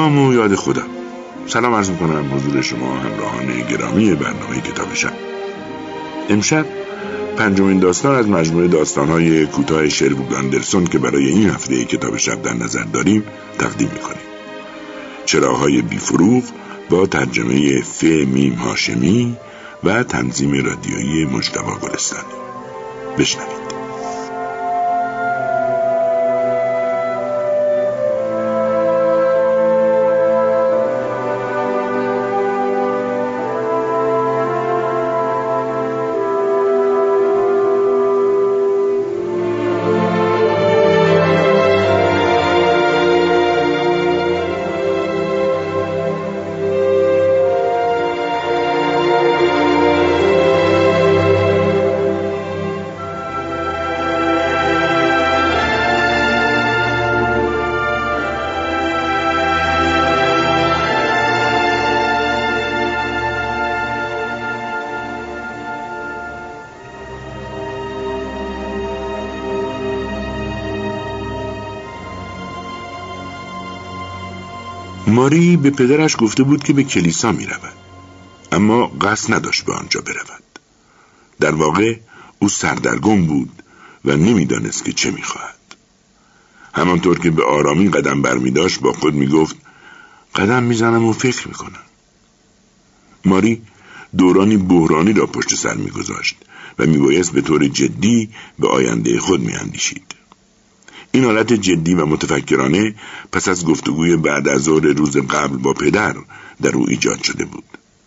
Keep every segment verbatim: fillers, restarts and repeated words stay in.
نام و یاد خدا. سلام عرض میکنم حضور شما همراهان گرامی برنامه کتاب شب. امشب پنجمین داستان از مجموعه داستان‌های کوتاه شربوگ آندرسون که برای این هفته کتاب شب در نظر داریم تقدیم میکنیم. چراغ‌های بیفروغ با ترجمه ف میم هاشمی و تنظیم رادیویی مجتبی گلستانی. بشنوید. ماری به پدرش گفته بود که به کلیسا می رود، اما قصد نداشت به آنجا برود. در واقع او سردرگم بود و نمی دانست که چه می خواهد. همانطور که به آرامی قدم برمی داشت با خود می گفت قدم می زنم و فکر می کنم. ماری دورانی بحرانی را پشت سر می گذاشت و می بایست به طور جدی به آینده خود می اندیشید. این حالت جدی و متفکرانه پس از گفتگوی بعد از ظهر روز قبل با پدر در او ایجاد شده بود.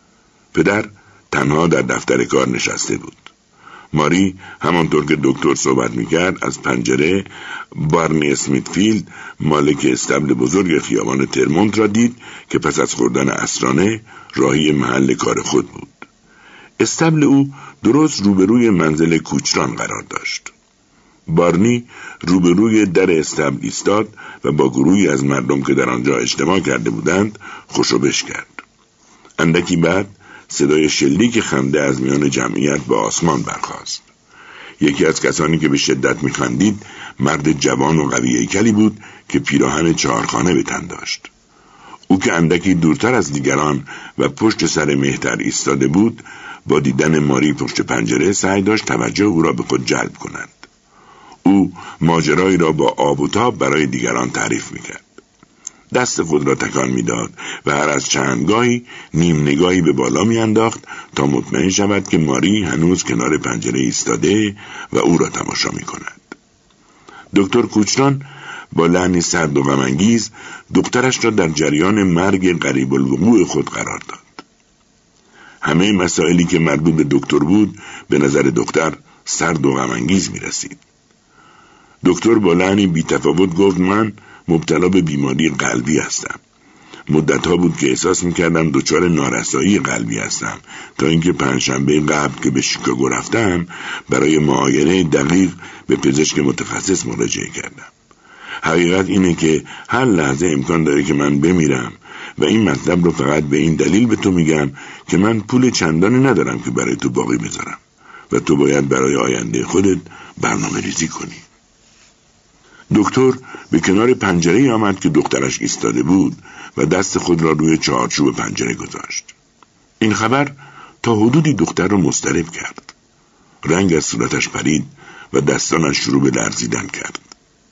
پدر تنها در دفتر کار نشسته بود. ماری همانطور که دکتر صحبت میکرد از پنجره بارنی اسمیتفیلد مالک استبل بزرگ خیابان ترمونت را دید که پس از خوردن عصرانه راهی محل کار خود بود. استبل او درست روبروی منزل کوچران قرار داشت. بارنی روبروی در استبل ایستاد و با گروهی از مردم که در آنجا اجتماع کرده بودند خوشوبش کرد. اندکی بعد صدای شلیک خنده از میان جمعیت به آسمان برخاست. یکی از کسانی که به شدت می‌خندید مرد جوان و قوی هیکلی بود که پیراهن چهارخانه به تن داشت. او که اندکی دورتر از دیگران و پشت سر مهتر ایستاده بود، با دیدن ماری پشت پنجره سعی داشت توجه او را به خود جلب کند. او ماجرایی را با آب و تاب برای دیگران تعریف میکرد. دست خود را تکان میداد و هر از چندگاهی نیم نگاهی به بالا میانداخت تا مطمئن شود که ماری هنوز کنار پنجره ایستاده و او را تماشا میکند. دکتر کوچران با لحنی سرد و غم‌انگیز دخترش را در جریان مرگ قریب الوقوع خود قرار داد. همه مسائلی که مربوط به دکتر بود به نظر دختر سرد و غم‌انگیز میرسید. دکتر با لحنی بی‌تفاوت گفت من مبتلا به بیماری قلبی هستم. مدت‌ها بود که احساس می‌کردم دچار نارسایی قلبی هستم تا اینکه پنجشنبه قبل که به شیکاگو رفتم برای معاینه دقیق به پزشک متخصص مراجعه کردم. حقیقت اینه که هر لحظه امکان داره که من بمیرم و این مطلب رو فقط به این دلیل به تو میگم که من پول چندانی ندارم که برای تو باقی بذارم و تو باید برای آینده خودت برنامه ریزی کنی. دکتر به کنار پنجره آمد که دخترش ایستاده بود و دست خود را روی چارچوب پنجره گذاشت. این خبر تا حدودی دختر را مضطرب کرد. رنگ از صورتش پرید و دستانش شروع به لرزیدن کرد.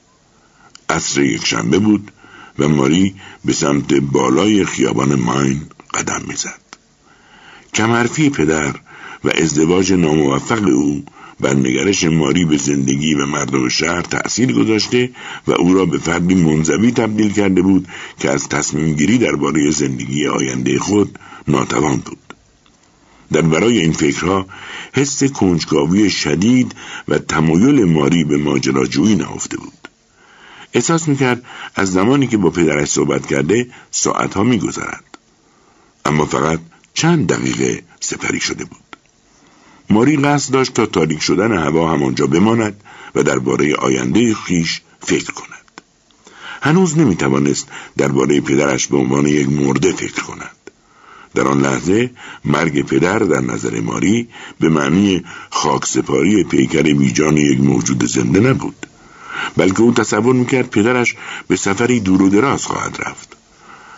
عصر یک شنبه بود و ماری به سمت بالای خیابان ماین قدم میزد. کمحرفی پدر و ازدواج ناموفق او بر نگرش ماری به زندگی و مردم شهر تأثیر گذاشته و او را به فردی منزوی تبدیل کرده بود که از تصمیم گیری درباره زندگی آینده خود ناتوان بود. در برای این فکرها حس کنجکاوی شدید و تمایل ماری به ماجراجویی نهفته بود. احساس میکرد از زمانی که با پدرش صحبت کرده ساعتها میگذرد، اما فقط چند دقیقه سپری شده بود. ماری قصد داشت تا تاریک شدن هوا همانجا بماند و درباره آینده خیش فکر کند. هنوز نمیتوانست درباره پدرش به عنوان یک مرده فکر کند. در آن لحظه مرگ پدر در نظر ماری به معنی خاکسپاری پیکر بیجان یک موجود زنده نبود، بلکه او تصور میکرد پدرش به سفری دور و دراز خواهد رفت.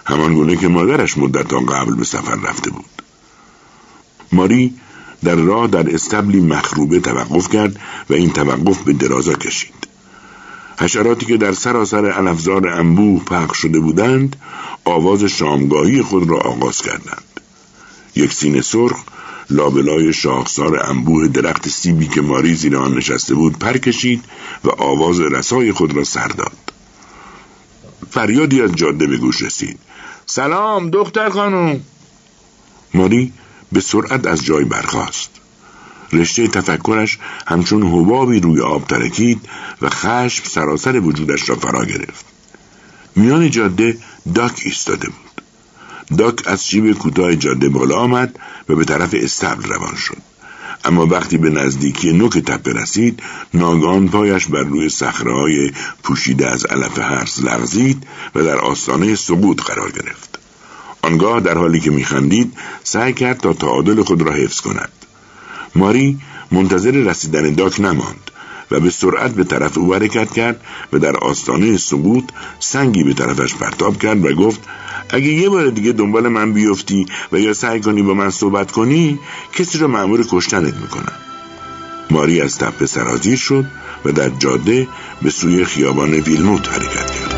همان گونه که مادرش مدت‌ها قبل به سفر رفته بود. ماری در راه در استبلی مخروبه توقف کرد و این توقف به درازا کشید. حشراتی که در سراسر علفزار انبوه پخش شده بودند آواز شامگاهی خود را آغاز کردند. یک سینه سرخ لابلای شاخسار انبوه درخت سیبی که ماری زیر آن نشسته بود پر کشید و آواز رسای خود را سر داد. فریادی از جاده به گوش رسید. سلام دختر خانم. ماری به سرعت از جای برخاست. رشته تفکرش همچون حبابی روی آب ترکید و خشم سراسر وجودش را فرا گرفت. میان جاده داک ایستاده بود. داک از شیب کوتاه جاده بالا آمد و به طرف استبل روان شد. اما وقتی به نزدیکی نوک تپه رسید ناگهان پایش بر روی صخره‌های پوشیده از علف هرز لغزید و در آستانه سقوط قرار گرفت. آنگاه در حالی که می‌خندید سعی کرد تا تعادل خود را حفظ کند. ماری منتظر رسیدن داک نماند و به سرعت به طرف او حرکت کرد و در آستانه سقوط سنگی به طرفش پرتاب کرد و گفت اگه یه بار دیگه دنبال من بیفتی و یا سعی کنی با من صحبت کنی کسی رو مأمور کشتنت میکنم. ماری از تپه سرازیر شد و در جاده به سوی خیابان ویلموت حرکت کرد.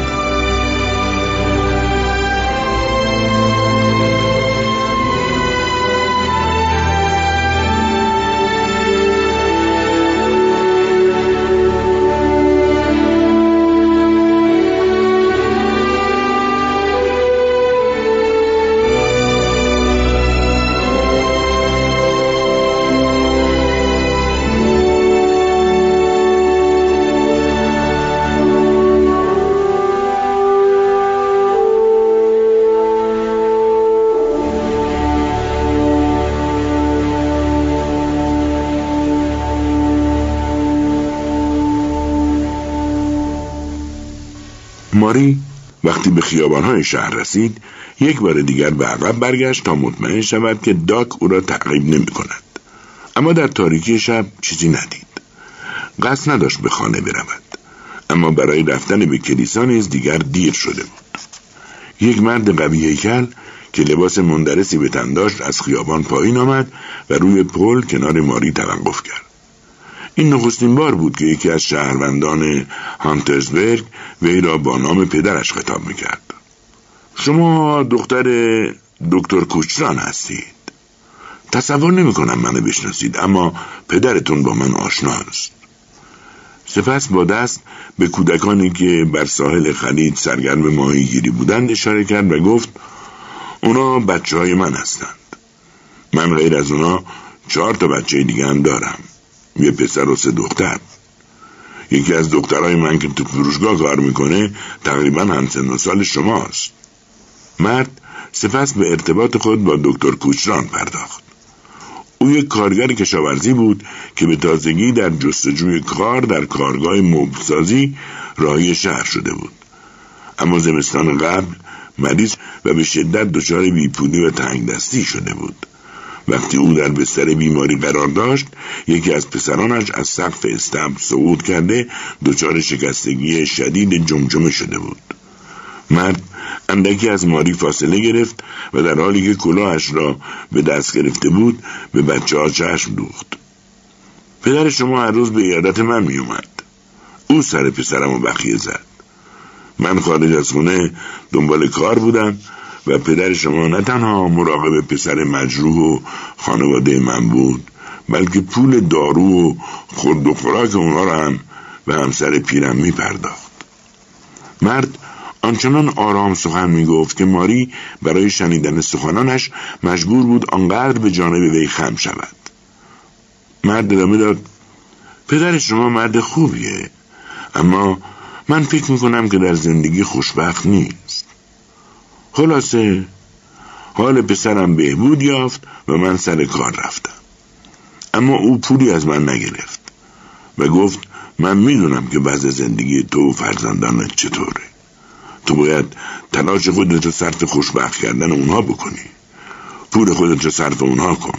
ماری وقتی به خیابان‌های شهر رسید یک بار دیگر به عقب برگشت تا مطمئن شود که داک او را تعقیب نمی‌کند. اما در تاریکی شب چیزی ندید. قصد نداشت به خانه برود. اما برای رفتن به کلیسا نیز دیگر دیر شده بود. یک مرد قوی هیکل که لباس مندرسی به تن داشت از خیابان پایین آمد و روی پل کنار ماری توقف کرد. این نخستین بار بود که یکی از شهروندان هانترزبرگ وی را با نام پدرش خطاب میکرد. شما دختر دکتر کوچران هستید؟ تصور نمی کنم منو بشناسید اما پدرتون با من آشناست. سپس با دست به کودکانی که بر ساحل خلیج سرگرم ماهیگیری بودند اشاره کرد و گفت اونا بچه های من هستند. من غیر از اونا چهار تا بچه دیگه هم دارم. یه پسر و سه دختر. یکی از دخترای من که تو فروشگاه کار میکنه تقریبا همسن و سال شماست. مرد سپس به ارتباط خود با دکتر کوچران پرداخت. او یک کارگر کشاورزی بود که به تازگی در جستجوی کار در کارگاه مبلسازی راهی شهر شده بود. اما زمستان قبل مریض و به شدت دچار بیپولی و تنگ دستی شده بود. وقتی او در بستر بیماری قرار داشت یکی از پسرانش از سقف استبل سقوط کرده دچار شکستگی شدید جمجمه شده بود. مرد اندکی از ماری فاصله گرفت و در حالی که کلاهش را به دست گرفته بود به بچه ها چشم دوخت. پدر شما هر روز به عیادت من می اومد. او سر پسرم رو بخیه زد. من خارج از خونه دنبال کار بودم و پدر شما نه تنها مراقب پسر مجروح و خانواده من بود بلکه پول دارو و خورد و خوراک اونا را هم به همسر پیرم می پرداخت. مرد آنچنان آرام سخن می گفت که ماری برای شنیدن سخنانش مجبور بود آنقدر به جانب وی خم شود. مرد ادامه داد پدر شما مرد خوبیه اما من فکر می کنم که در زندگی خوشبخت نیست. خلاصه حال پسرم بهبود یافت و من سر کار رفتم. اما او پولی از من نگرفت و گفت من میدونم که وضع زندگی تو و فرزندانت چطوره. تو باید تلاش خودت رو صرف خوشبخت کردن اونها بکنی. پول خودت رو صرف اونها کن.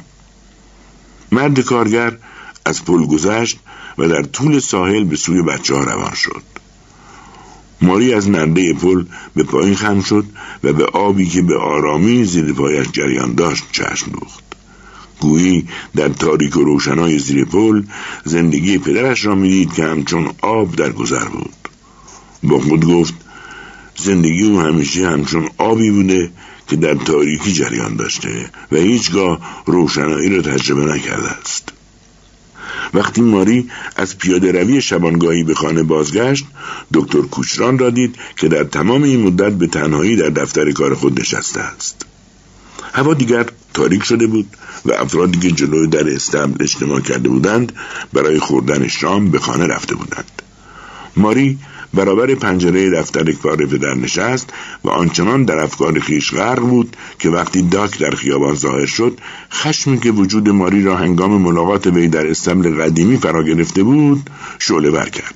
مرد کارگر از پل گذشت و در طول ساحل به سوی بچه ها روان شد. ماری از نرده پل به پایین خم شد و به آبی که به آرامی زیر پایش جریان داشت چشم دوخت. گویی در تاریک و روشنای زیر پل زندگی پدرش را میدید که همچون آب در گذر بود. با خود گفت زندگی او همیشه همچون آبی بوده که در تاریکی جریان داشته و هیچگاه روشنایی را تجربه نکرده است. وقتی ماری از پیاده روی شبانگاهی به خانه بازگشت، دکتر کوچران را دید که در تمام این مدت به تنهایی در دفتر کار خود نشسته است. هوا دیگر تاریک شده بود و افرادی که جلوی در استبل اجتماع کرده بودند برای خوردن شام به خانه رفته بودند. ماری برابر پنجره دفتر کار پدر نشست و آنچنان در افکار خویش غرق بود که وقتی داک در خیابان ظاهر شد، خشمی که وجود ماری را هنگام ملاقات وی در استبل قدیمی فرا گرفته بود شعله ور کرد.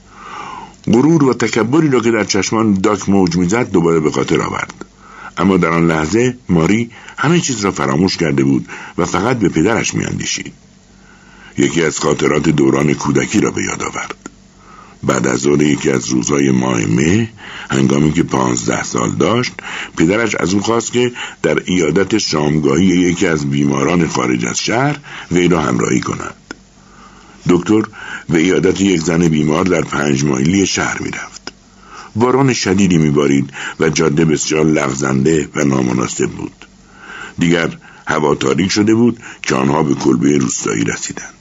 غرور و تکبری را که در چشمان داک موج می‌زد دوباره به خاطر آورد. اما در آن لحظه ماری همه چیز را فراموش کرده بود و فقط به پدرش می‌اندیشید. یکی از خاطرات دوران کودکی را به یاد آورد. بعد از ظهر یکی از روزهای ماه مه، هنگامی که پانزده سال داشت، پدرش از او خواست که در عیادت شامگاهی یکی از بیماران خارج از شهر وی را همراهی کند. دکتر به عیادت یک زن بیمار در پنج مایلی شهر می رفت. باران شدیدی می بارید و جاده بسیار لغزنده و نامناسب بود. دیگر هوا تاریک شده بود که آنها به کلبه روستایی رسیدند.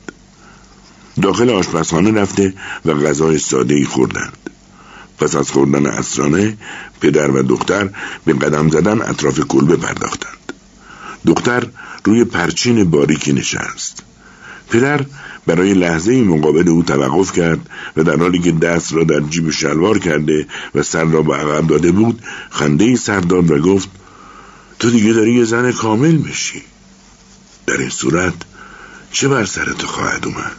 داخل آشپزخانه رفته و غذای ساده‌ای خوردند. پس از خوردن عصرانه پدر و دختر به قدم زدن اطراف کلبه پرداختند. دختر روی پرچین باریکی نشست. پدر برای لحظه‌ای مقابل او توقف کرد و در حالی که دست را در جیب شلوار کرده و سر را به عقب داده بود خنده‌ای سر داد و گفت تو دیگه داری یه زن کامل میشی. در این صورت چه بر سر تو خواهد اومد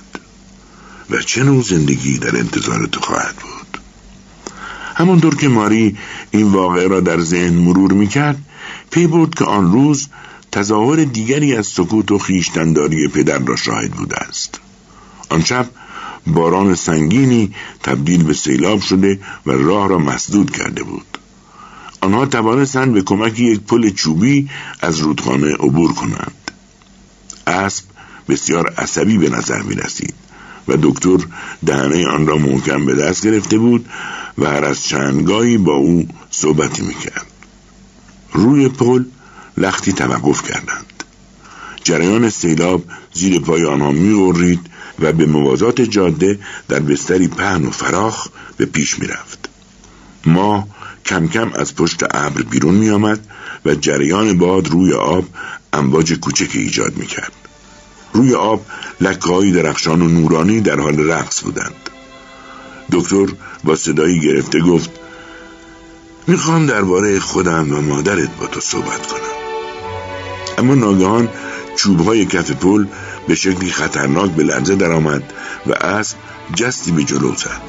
و چه نوع زندگی در انتظار تو خواهد بود؟ همانطور که ماری این واقعه را در ذهن مرور میکرد، پی برد که آن روز تظاهر دیگری از سکوت و خویشتن‌داری پدر را شاهد بوده است. آن شب باران سنگینی تبدیل به سیلاب شده و راه را مسدود کرده بود. آنها توانستند به کمک یک پل چوبی از رودخانه عبور کنند. اسب بسیار عصبی به نظر می رسید و دکتر دهنه آن را محکم به دست گرفته بود و هر از چندگاهی با او صحبتی می کرد. روی پل لختی توقف کردند. جریان سیلاب زیر پای آنها می غرید و به موازات جاده در بستری پهن و فراخ به پیش می رفت. ماه کم کم از پشت ابر بیرون می آمد و جریان باد روی آب امواج کوچکی ایجاد می کرد. روی آب لکه‌های درخشان و نورانی در حال رقص بودند. دکتر با صدایی گرفته گفت میخوام درباره خودم و مادرت با تو صحبت کنم. اما ناگهان چوبهای کف پل به شکلی خطرناک به لرزه در آمد و اسب جستی به جلو زد.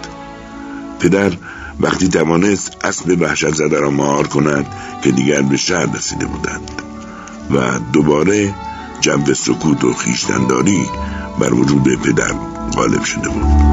پدر وقتی توانست اسب وحشت زده را مهار کند که دیگر به شهر رسیده بودند و دوباره جو سکوت و خویشتن‌داری بر وجود پدر غالب شده بود.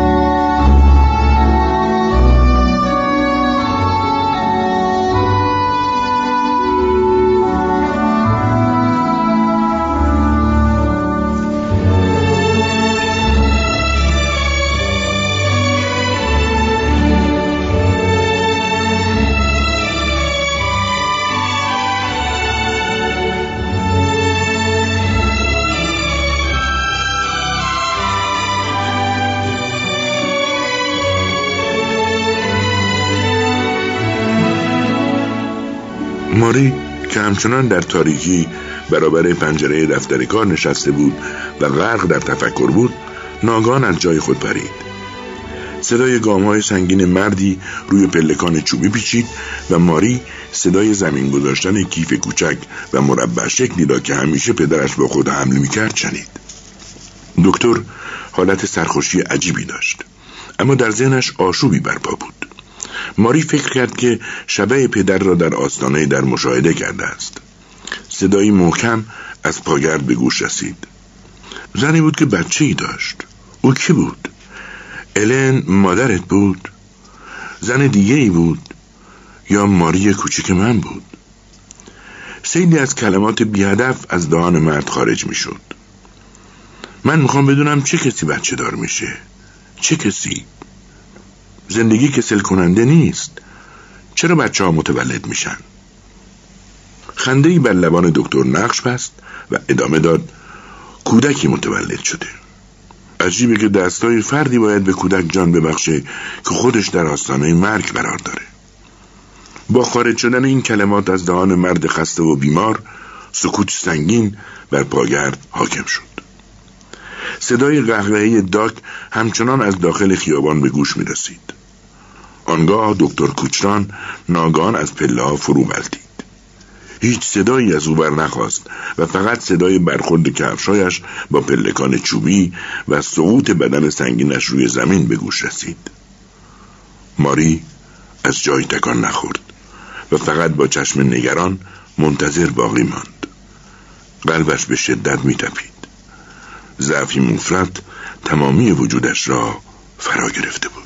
ماری که همچنان در تاریکی برابر پنجره دفتر کار نشسته بود و غرق در تفکر بود، ناگهان از جای خود پرید. صدای گام‌های سنگین مردی روی پلکان چوبی پیچید و ماری صدای زمین گذاشتن کیف کوچک و مربع شکلی را که همیشه پدرش با خود حمل می‌کرد شنید. دکتر حالت سرخوشی عجیبی داشت، اما در ذهنش آشوبی برپا بود. ماری فکر کرد که شبح پدر را در آستانه در مشاهده کرده است. صدایی محکم از پاگرد به گوش رسید. زنی بود که بچه‌ای داشت. او کی بود؟ الن مادرت بود؟ زن دیگه ای بود یا ماری کوچیک من بود؟ سیلی از کلمات بی‌هدف از دهان مرد خارج می شد. من میخوام بدونم چه کسی بچه دار میشه. چه کسی؟ زندگی کسل کننده نیست. چرا بچه ها متولد میشن؟ خنده‌ای بر لبان دکتر نقش بست و ادامه داد: کودکی متولد شده. عجیبه که دستای فردی باید به کودک جان ببخشه که خودش در آستانه مرگ قرار داره. با خارج شدن این کلمات از دهان مرد خسته و بیمار، سکوت سنگین بر پاگرد حاکم شد. صدای قهقهه داک همچنان از داخل خیابان به گوش می رسید. آنگاه دکتر کوچران ناگهان از پله ها فرو غلتید. هیچ صدایی از او بر نخواست و فقط صدای برخورد کفشایش با پلکان چوبی و سقوط بدن سنگینش روی زمین به گوش رسید. ماری از جای تکان نخورد و فقط با چشم نگران منتظر باقی ماند. قلبش به شدت می تپید. ضعفی مفرط تمامی وجودش را فرا گرفته بود.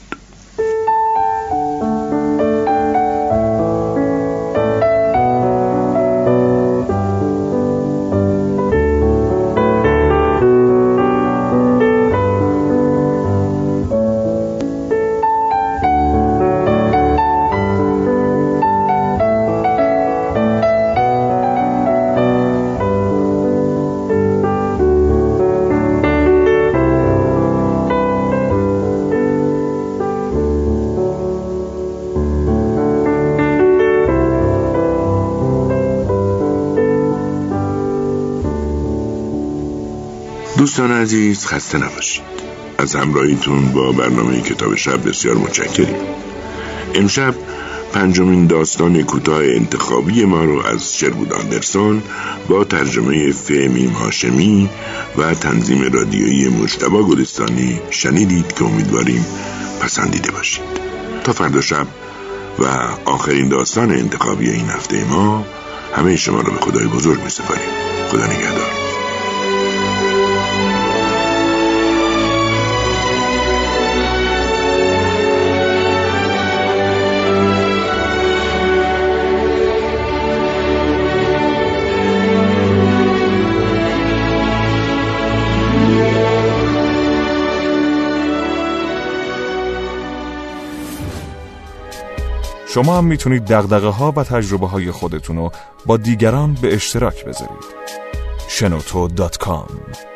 دوستان عزیز، خسته نباشید. از همراهیتون با برنامه کتاب شب بسیار متشکریم. امشب پنجمین داستان کوتاه انتخابی ما رو از شربود آندرسون با ترجمه فهمیم هاشمی و تنظیم رادیویی مجتبی گلستانی شنیدید که امیدواریم پسندیده باشید. تا فردا شب و آخرین داستان انتخابی این هفته ما، همه شما رو به خدای بزرگ می‌سپاریم. خدا نگهدار. شما هم میتونید دغدغه ها و تجربه های خودتون رو با دیگران به اشتراک بذارید. شنوتو دات کام